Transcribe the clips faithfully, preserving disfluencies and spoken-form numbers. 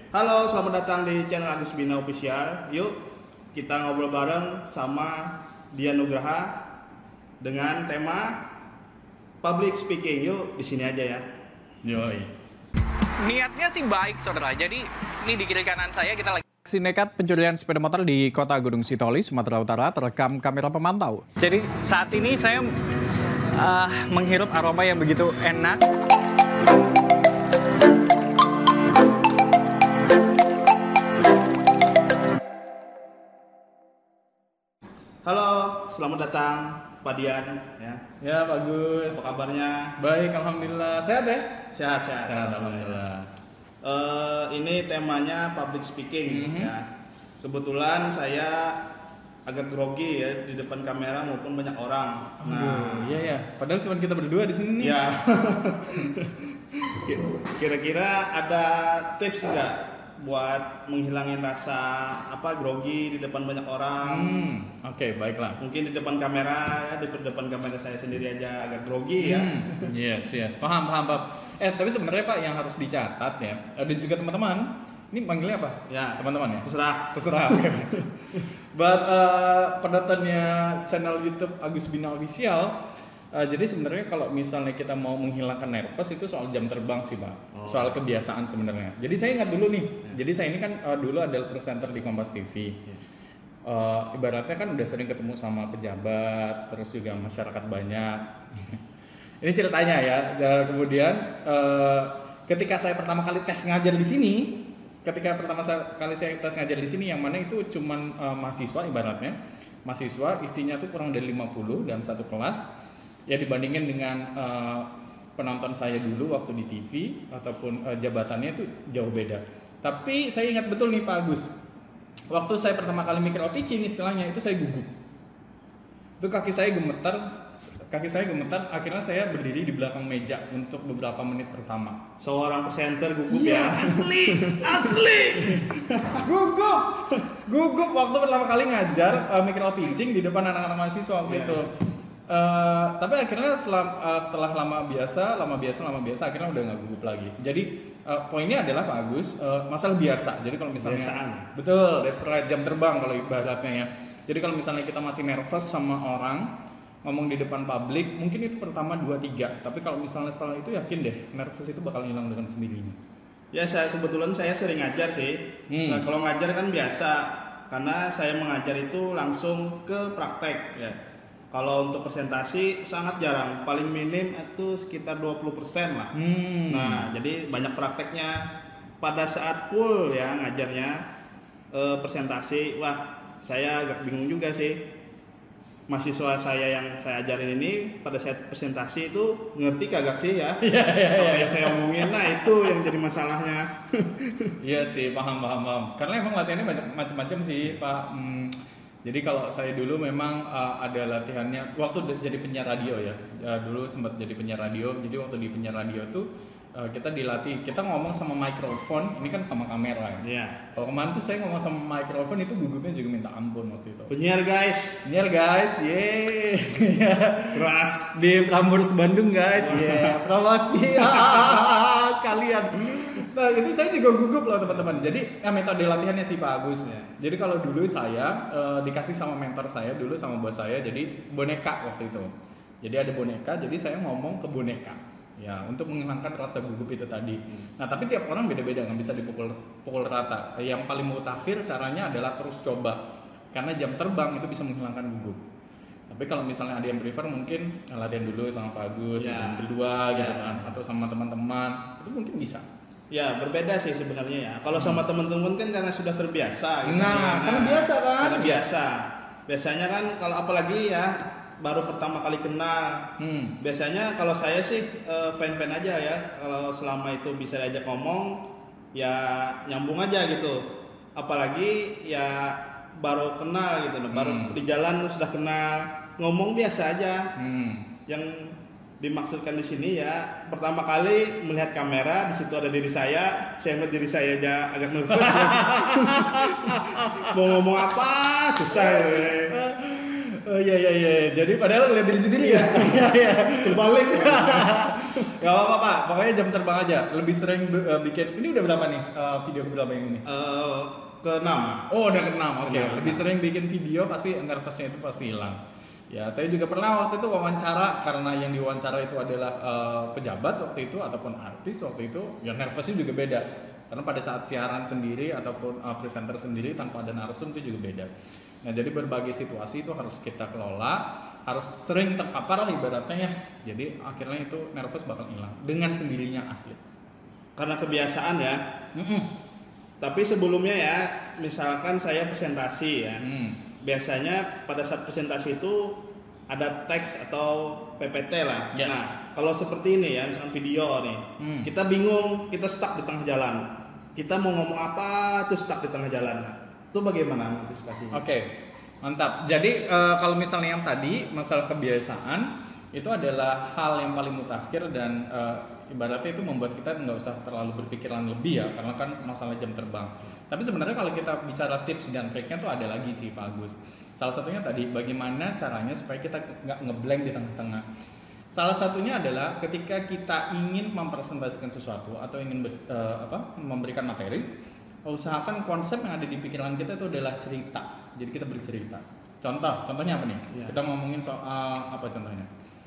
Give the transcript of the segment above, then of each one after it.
Halo, selamat datang di channel Agus Bina Official. Yuk, kita ngobrol bareng sama Dian Nugraha dengan tema public speaking. Yuk, di sini aja ya. Yoi. Niatnya sih baik, saudara. Jadi, ini di kiri kanan saya kita lagi. Aksi nekat pencurian sepeda motor di kota Gunung Sitoli, Sumatera Utara terekam kamera pemantau. Jadi, saat ini saya uh, menghirup aroma yang begitu enak. Halo, selamat datang Pak Dian. Ya, Ya, bagus. apa kabarnya? Baik, alhamdulillah. Sehat ya? Sehat, sehat. Sehat, alhamdulillah. Eh, ini temanya public speaking. Mhm. Ya. Kebetulan saya agak grogi ya di depan kamera maupun banyak orang. Nah, iya ya. Padahal cuma kita berdua di sini nih. Ya. Kira-kira ada tips nggak buat menghilangin rasa apa grogi di depan banyak orang? Hmm, oke, baiklah. Mungkin di depan kamera ya, di depan kamera saya sendiri aja agak grogi ya. Hmm, yes, yes. Paham, paham, paham. Eh, tapi sebenarnya Pak yang harus dicatat ya, eh, dan juga teman-teman, ini manggilnya apa? Ya, Teman-teman ya? terserah. Terserah. Oke. Buat uh, penontonnya channel YouTube Agus Bina Official, uh, jadi sebenarnya kalau misalnya kita mau menghilangkan nervous itu soal jam terbang sih Pak, Oh. soal kebiasaan sebenarnya. Jadi saya ingat dulu nih, jadi saya ini kan uh, dulu adalah presenter di Kompas T V. Uh, ibaratnya kan udah sering ketemu sama pejabat, terus juga masyarakat banyak. Ini ceritanya ya. Dan kemudian uh, ketika saya pertama kali tes ngajar di sini, ketika pertama kali saya tes ngajar di sini, yang mana itu cuman uh, mahasiswa ibaratnya, mahasiswa isinya tuh kurang dari lima puluh dalam satu kelas. Ya dibandingin dengan uh, penonton saya dulu waktu di T V ataupun uh, jabatannya itu jauh beda. Tapi saya ingat betul nih Pak Agus, waktu saya pertama kali micro teaching istilahnya itu saya gugup. Itu kaki saya gemetar, kaki saya gemetar. Akhirnya saya berdiri di belakang meja untuk beberapa menit pertama. Seorang presenter gugup Iya, ya. asli, asli. Gugup, gugup waktu pertama kali ngajar uh, micro teaching di depan anak-anak mahasiswa waktu Yeah. itu. Uh, tapi akhirnya setelah, uh, setelah lama biasa, lama biasa, lama biasa, akhirnya udah nggak gugup lagi. Jadi uh, poinnya adalah Pak Agus, uh, masalah biasa. Jadi kalau misalnya, Biasaan. betul, that's right, jam terbang kalau ibaratnya ya. Jadi kalau misalnya kita masih nervous sama orang, ngomong di depan publik, mungkin itu pertama dua tiga. Tapi kalau misalnya setelah itu yakin deh, nervous itu bakal hilang dengan sendirinya. Ya, saya kebetulan saya sering ngajar sih. Hmm. Nah, kalau ngajar kan biasa, karena saya mengajar itu langsung ke praktek ya. Kalau untuk presentasi sangat jarang, paling minim itu sekitar dua puluh persen lah. Hmm. Nah, jadi banyak prakteknya. Pada saat full ya ngajarnya eh, presentasi, wah saya agak bingung juga sih. Mahasiswa saya yang saya ajarin ini pada saat presentasi itu ngerti kagak sih ya? Iya, iya, Apa iya. yang saya omongin, nah itu yang jadi masalahnya. Iya sih, paham, paham, paham. Karena emang latihannya banyak macam-macam sih, Pak. Hmm, jadi kalau saya dulu memang uh, ada latihannya waktu d- jadi penyiar radio ya. Uh, dulu sempat jadi penyiar radio. Jadi waktu di penyiar radio tuh uh, kita dilatih, kita ngomong sama mikrofon, ini kan sama kamera ya. Iya. Kalau kemarin tuh saya ngomong sama mikrofon itu gugupnya juga minta ampun waktu itu. Penyiar guys, Penyiar guys, yeay. keras. Di Prambors Bandung guys, ya promosi sekalian. Nah itu saya juga gugup loh teman-teman. Jadi ya metode latihannya sih Pak Agus. Jadi kalau dulu saya eh, dikasih sama mentor saya dulu sama bos saya, jadi boneka waktu itu. Jadi ada boneka, jadi saya ngomong ke boneka. Ya untuk menghilangkan rasa gugup itu tadi. Nah tapi tiap orang beda-beda, nggak bisa dipukul pukul rata. Yang paling mutakhir caranya adalah terus coba. Karena jam terbang itu bisa menghilangkan gugup. Tapi kalau misalnya ada yang prefer mungkin latihan dulu sama Pak Agus, Ya. yang berdua gitu Ya. kan, atau sama teman-teman, itu mungkin bisa. Ya berbeda sih sebenarnya ya. Kalau sama teman-teman kan karena sudah terbiasa. Gitu Nah, kan. karena biasa kan? Karena biasa. Biasanya kan kalau apalagi ya baru pertama kali kenal. Hmm. Biasanya kalau saya sih eh, fan-fan aja ya. Kalau selama itu bisa diajak ngomong, ya nyambung aja gitu. Apalagi ya baru kenal gitu loh. Baru Hmm. di jalan sudah kenal, ngomong biasa aja. Hmm. Yang dimaksudkan di sini ya pertama kali melihat kamera, di situ ada diri saya, saya melihat diri saya aja agak nervous ya. Mau ngomong apa susah ya. Oh iya iya iya. Jadi padahal ngeliat diri sendiri ya. Iya iya. Terbalik. Gak apa-apa Pak. Pokoknya jam terbang aja. Lebih sering uh, bikin. Ini udah berapa nih uh, video berapa yang ini? Uh, keenam. Oh udah keenam. Oke. Okay. Keenam. Lebih sering bikin video pasti nervousnya itu pasti hilang. Ya, saya juga pernah waktu itu wawancara karena yang diwawancara itu adalah uh, pejabat waktu itu ataupun artis waktu itu, ya nervousnya juga beda. Karena pada saat siaran sendiri ataupun uh, presenter sendiri tanpa ada narsum itu juga beda. Nah, jadi berbagai situasi itu harus kita kelola, harus sering terpapar lah ibaratnya ya. Jadi akhirnya itu nervous bakal hilang dengan sendirinya asli. Karena kebiasaan ya. Mm-mm. Tapi sebelumnya ya, misalkan saya presentasi ya. Hmm. Biasanya pada saat presentasi itu ada teks atau P P T lah. Yes. Nah, kalau seperti ini ya, misalkan video nih, Hmm. kita bingung, kita stuck di tengah jalan. Kita mau ngomong apa, tuh stuck di tengah jalan. Nah, itu bagaimana antisipasinya? Oke, okay. Mantap. Jadi uh, kalau misalnya yang tadi masalah kebiasaan itu adalah hal yang paling mutakhir dan uh, ibaratnya itu membuat kita nggak usah terlalu berpikiran lebih ya, karena kan masalah jam terbang. Tapi sebenarnya kalau kita bicara tips dan triknya tuh ada lagi sih Pak Agus. Salah satunya tadi bagaimana caranya supaya kita nggak ngeblank di tengah-tengah. Salah satunya adalah ketika kita ingin mempresentasikan sesuatu atau ingin ber, uh, apa, memberikan materi, usahakan konsep yang ada di pikiran kita itu adalah cerita. Jadi kita bercerita. Contoh, contohnya apa nih? Ya. Kita ngomongin soal apa contohnya?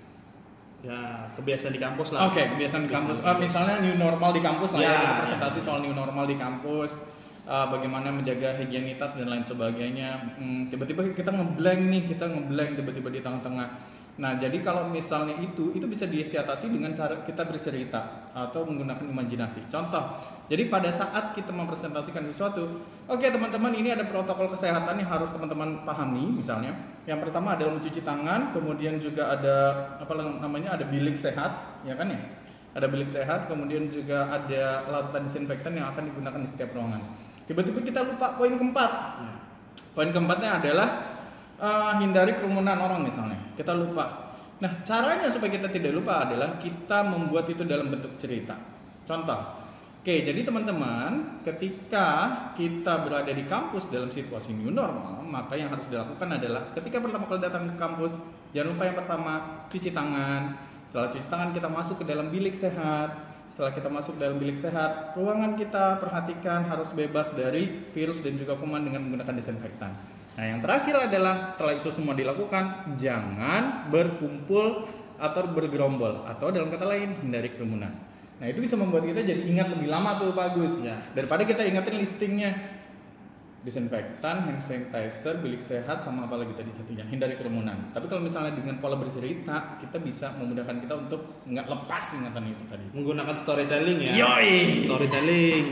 Ya, kebiasaan di kampus lah. Oke, okay, kebiasaan di kampus. Uh, misalnya new normal di kampus lah ya, ya presentasi ya. Soal new normal di kampus. Uh, bagaimana menjaga higienitas dan lain sebagainya. Hmm, tiba-tiba kita ngeblank nih, kita ngeblank tiba-tiba di tengah-tengah. Nah, jadi kalau misalnya itu, itu bisa disiasati dengan cara kita bercerita atau menggunakan imajinasi. Contoh, jadi pada saat kita mempresentasikan sesuatu, oke okay, teman-teman, ini ada protokol kesehatan yang harus teman-teman pahami. Misalnya, yang pertama adalah mencuci tangan, kemudian juga ada apa namanya, ada bilik sehat, ya kan ya? Ada bilik sehat, kemudian juga ada larutan disinfektan yang akan digunakan di setiap ruangan. Tiba-tiba kita lupa poin keempat. Ya. Poin keempatnya adalah uh, hindari kerumunan orang misalnya. Kita lupa. Nah, caranya supaya kita tidak lupa adalah kita membuat itu dalam bentuk cerita. Contoh. Oke, jadi teman-teman, ketika kita berada di kampus dalam situasi new normal, maka yang harus dilakukan adalah ketika pertama kali datang ke kampus, jangan lupa yang pertama cuci tangan. Setelah cuci tangan kita masuk ke dalam bilik sehat. Setelah kita masuk dalam bilik sehat, ruangan kita perhatikan harus bebas dari virus dan juga kuman dengan menggunakan disinfektan. Nah, yang terakhir adalah setelah itu semua dilakukan, jangan berkumpul atau bergerombol, atau dalam kata lain hindari kerumunan. Nah, itu bisa membuat kita jadi ingat lebih lama tuh Pak Agus. Ya. Daripada kita ingatin listingnya. Disinfektan, hand sanitizer, bilik sehat, sama apa lagi tadi satunya, hindari kerumunan. Tapi kalau misalnya dengan pola bercerita, kita bisa memudahkan kita untuk nggak lepas ingatan itu tadi. Menggunakan storytelling ya. Yoi. Storytelling.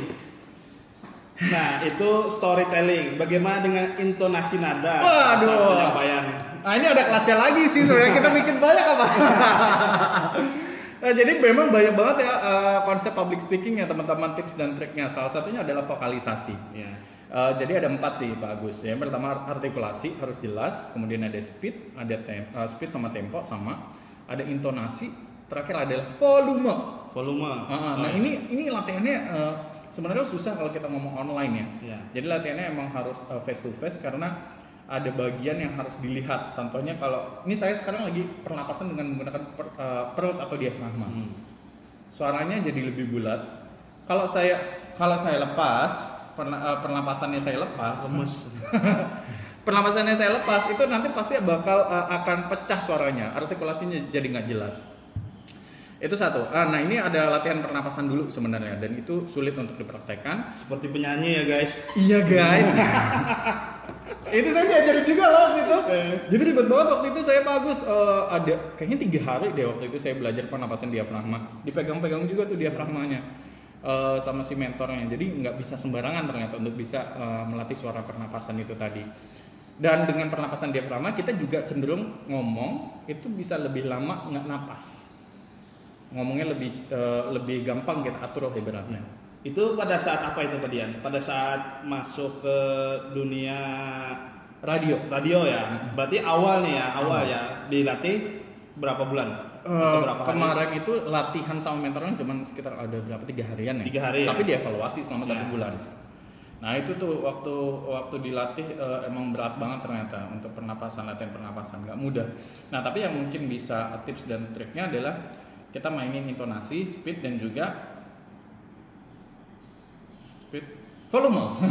Nah, itu storytelling. Bagaimana dengan intonasi nada Waduh. saat penyampaian? Nah, ini ada kelasnya lagi sih sebenarnya. Kita bikin banyak apa? Nah, jadi memang banyak banget ya uh, konsep public speaking ya teman-teman, tips dan triknya. Salah satunya adalah vokalisasi. Ya. Uh, jadi ada empat sih Pak Agus. Yang pertama artikulasi harus jelas, kemudian ada speed, ada tem- uh, speed sama tempo sama, ada intonasi, terakhir adalah volume. Volume. Uh, uh, oh, nah ya. ini ini latihannya uh, sebenarnya susah kalau kita ngomong online ya. Ya. Jadi latihannya emang harus uh, face to face karena ada bagian yang harus dilihat. Contohnya kalau ini saya sekarang lagi pernapasan dengan menggunakan per, uh, perut atau diafragma. Hmm. Suaranya jadi lebih bulat. Kalau saya kalau saya lepas pernapasannya saya lepas, lemes. pernapasannya saya lepas itu nanti pasti bakal uh, akan pecah suaranya, artikulasinya jadi nggak jelas. Itu satu. Ah, nah ini ada latihan pernapasan dulu sebenarnya dan itu sulit untuk dipraktekkan. Seperti penyanyi ya guys. Iya guys. Itu saya diajarin juga loh waktu itu. Jadi ribet banget waktu itu saya bagus uh, ada kayaknya tiga hari deh waktu itu saya belajar pernapasan diafragma. Dipegang-pegang juga tuh diafragmanya. Uh, sama si mentornya, jadi nggak bisa sembarangan ternyata untuk bisa uh, melatih suara pernapasan itu tadi. Dan dengan pernapasan diafragma kita juga cenderung ngomong itu bisa lebih lama nggak napas, ngomongnya lebih uh, lebih gampang kita atur ibaratnya. Itu pada saat apa itu Pak Dian? Pada saat masuk ke dunia radio. Radio ya. Berarti awal nih ya, awal ya dilatih berapa bulan? Uh, kemarin itu latihan sama mentornya cuma sekitar ada berapa tiga harian ya. Tiga hari. Tapi ya? dievaluasi selama ya. satu bulan. Nah itu tuh waktu waktu dilatih uh, emang berat banget ternyata untuk pernapasan, latihan pernapasan nggak mudah. Nah tapi yang mungkin bisa tips dan triknya adalah kita mainin intonasi, speed dan juga speed, volume.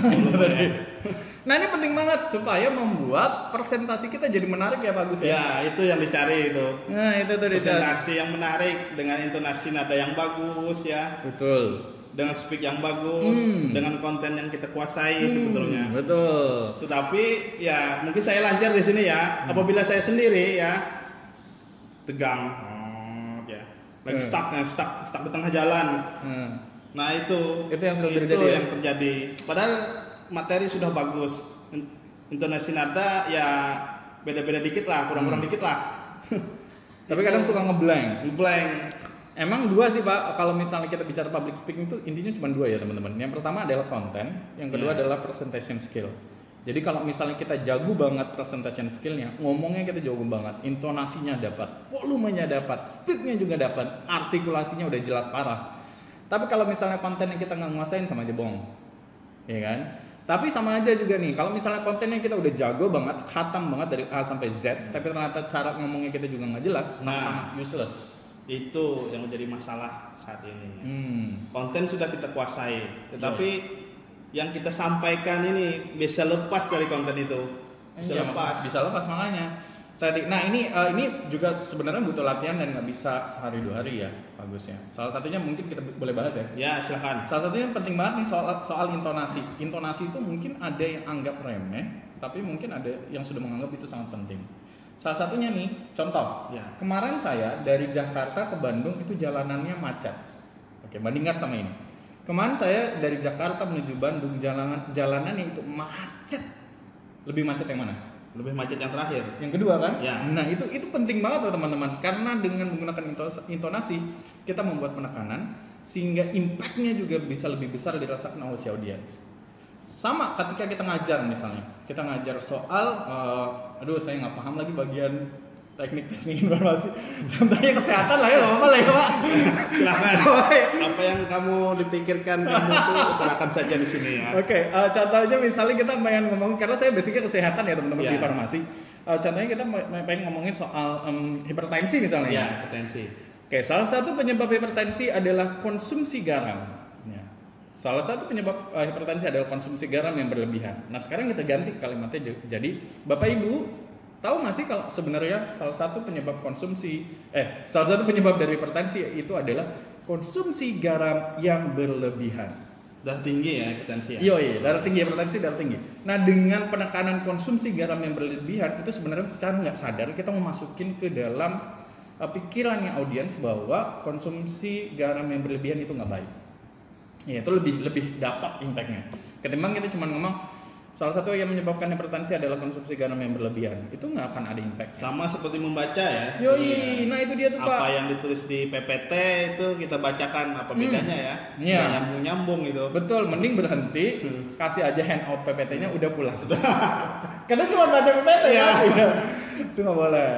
Nah ini penting banget supaya membuat presentasi kita jadi menarik ya Pak Agus ya. Ya itu yang dicari itu. Nah itu tuh presentasi yang menarik dengan intonasi nada yang bagus ya. Betul. Dengan speak yang bagus, hmm. dengan konten yang kita kuasai hmm, sebetulnya. Betul. Tetapi ya mungkin saya lancar di sini ya. Hmm. Apabila saya sendiri ya tegang, oh, ya lagi hmm. stuck, ya, stuck, stuck di tengah jalan. Hmm. Nah itu, itu yang sudah itu terjadi. yang terjadi. Padahal materi sudah bagus, intonasi nada ya beda-beda dikit lah, kurang-kurang hmm. dikit lah. Tapi kadang suka ngeblank. Ngeblank. Emang dua sih Pak, kalau misalnya kita bicara public speaking itu intinya cuma dua ya teman-teman. Yang pertama adalah konten, yang kedua yeah. adalah presentation skill. Jadi kalau misalnya kita jago banget presentation skillnya, ngomongnya kita jago banget, intonasinya dapat, volumenya dapat, speednya juga dapat, artikulasinya udah jelas parah. Tapi kalau misalnya konten yang kita nggak nguasain sama aja bohong, ya kan? Tapi sama aja juga nih, kalau misalnya kontennya kita udah jago banget, khatam banget dari A sampai Z, tapi ternyata cara ngomongnya kita juga nggak jelas, sama-sama nah. useless. Itu yang menjadi masalah saat ini. Hmm. Konten sudah kita kuasai, tetapi yeah. yang kita sampaikan ini bisa lepas dari konten itu. Bisa ya, lepas. Bisa lepas makanya. Tadi, nah ini uh, ini juga sebenarnya butuh latihan dan nggak bisa sehari dua hari ya, Bagus ya. Salah satunya mungkin kita boleh bahas ya. Ya silakan. Salah satunya yang penting banget nih soal soal intonasi. Intonasi itu mungkin ada yang anggap remeh, tapi mungkin ada yang sudah menganggap itu sangat penting. Salah satunya nih, contoh, ya. Kemarin saya dari Jakarta ke Bandung itu jalanannya macet. Oke, bandingkan sama ini. Kemarin saya dari Jakarta menuju Bandung jalanan jalanannya itu macet. Lebih macet yang mana? Lebih macet yang terakhir. Yang kedua kan? Ya. Nah itu itu penting banget loh teman-teman. Karena dengan menggunakan intonasi kita membuat penekanan sehingga impact-nya juga bisa lebih besar dirasakan oleh si audiens. Sama ketika kita ngajar misalnya, kita ngajar soal, uh, aduh saya nggak paham lagi bagian teknik-teknik informasi. Contohnya kesehatan lah ya, nggak apa-apa lah ya Pak. Silakan. Apa yang kamu dipikirkan kamu tuh utarakan saja di sini ya. Oke, okay, uh, contohnya misalnya kita pengen ngomong, karena saya basicnya kesehatan ya teman-teman yeah. di farmasi. Uh, contohnya kita pengen ngomongin soal um, hipertensi misalnya. Iya, yeah, hipertensi. Oke, okay, salah satu penyebab hipertensi adalah konsumsi garam. Salah satu penyebab uh, hipertensi adalah konsumsi garam yang berlebihan. Nah sekarang kita ganti kalimatnya jadi Bapak Ibu tahu nggak sih kalau sebenarnya salah satu penyebab konsumsi eh salah satu penyebab dari hipertensi itu adalah konsumsi garam yang berlebihan. Darah tinggi ya hipertensi ya? Iya iya darah tinggi hipertensi darah tinggi. Nah dengan penekanan konsumsi garam yang berlebihan itu sebenarnya secara nggak sadar kita memasukin ke dalam uh, pikirannya audiens bahwa konsumsi garam yang berlebihan itu nggak baik. Ya itu lebih lebih dapat impactnya. Ketimbang kita cuma ngomong salah satu yang menyebabkan hipertensi adalah konsumsi garam yang berlebihan, itu nggak akan ada impact. Sama seperti membaca ya. Yoi, nah itu dia tuh apa Pak. Apa yang ditulis di P P T itu kita bacakan apa bedanya hmm. ya? Iya. Nggak nyambung-nyambung gitu. Betul, mending berhenti, kasih aja handout P P T-nya udah pulang. Karena cuma baca P P T ya. Itu nggak boleh.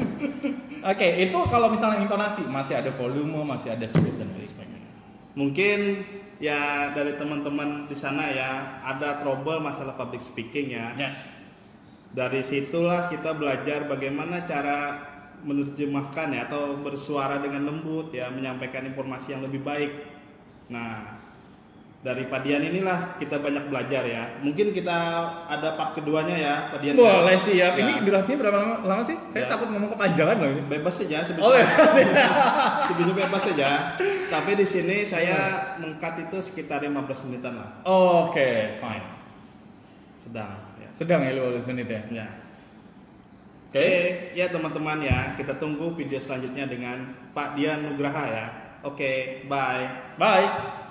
Oke, okay, itu kalau misalnya intonasi masih ada volume, masih ada speed dan lain sebagainya. Mungkin ya dari teman-teman di sana ya ada trouble masalah public speaking ya. Yes. Dari situlah kita belajar bagaimana cara menerjemahkan ya atau bersuara dengan lembut ya, menyampaikan informasi yang lebih baik. Nah, dari Padian inilah kita banyak belajar ya. Mungkin kita ada part keduanya ya, Padian. Boleh siap. Ya. Ini durasinya berapa lama, lama sih? Saya ya. takut ngomong kepanjangan loh ini. Bebas saja sebetulnya. Oh, ya. Sebetulnya bebas saja. Tapi di sini saya meng-cut itu sekitar lima belas menitan lah. Oh, Oke, okay. fine. Sedang ya. Sedang ya lima belas menit ya. Ya. Oke, okay. okay. Ya teman-teman ya, kita tunggu video selanjutnya dengan Pak Dian Nugraha ya. Oke, okay, bye. Bye.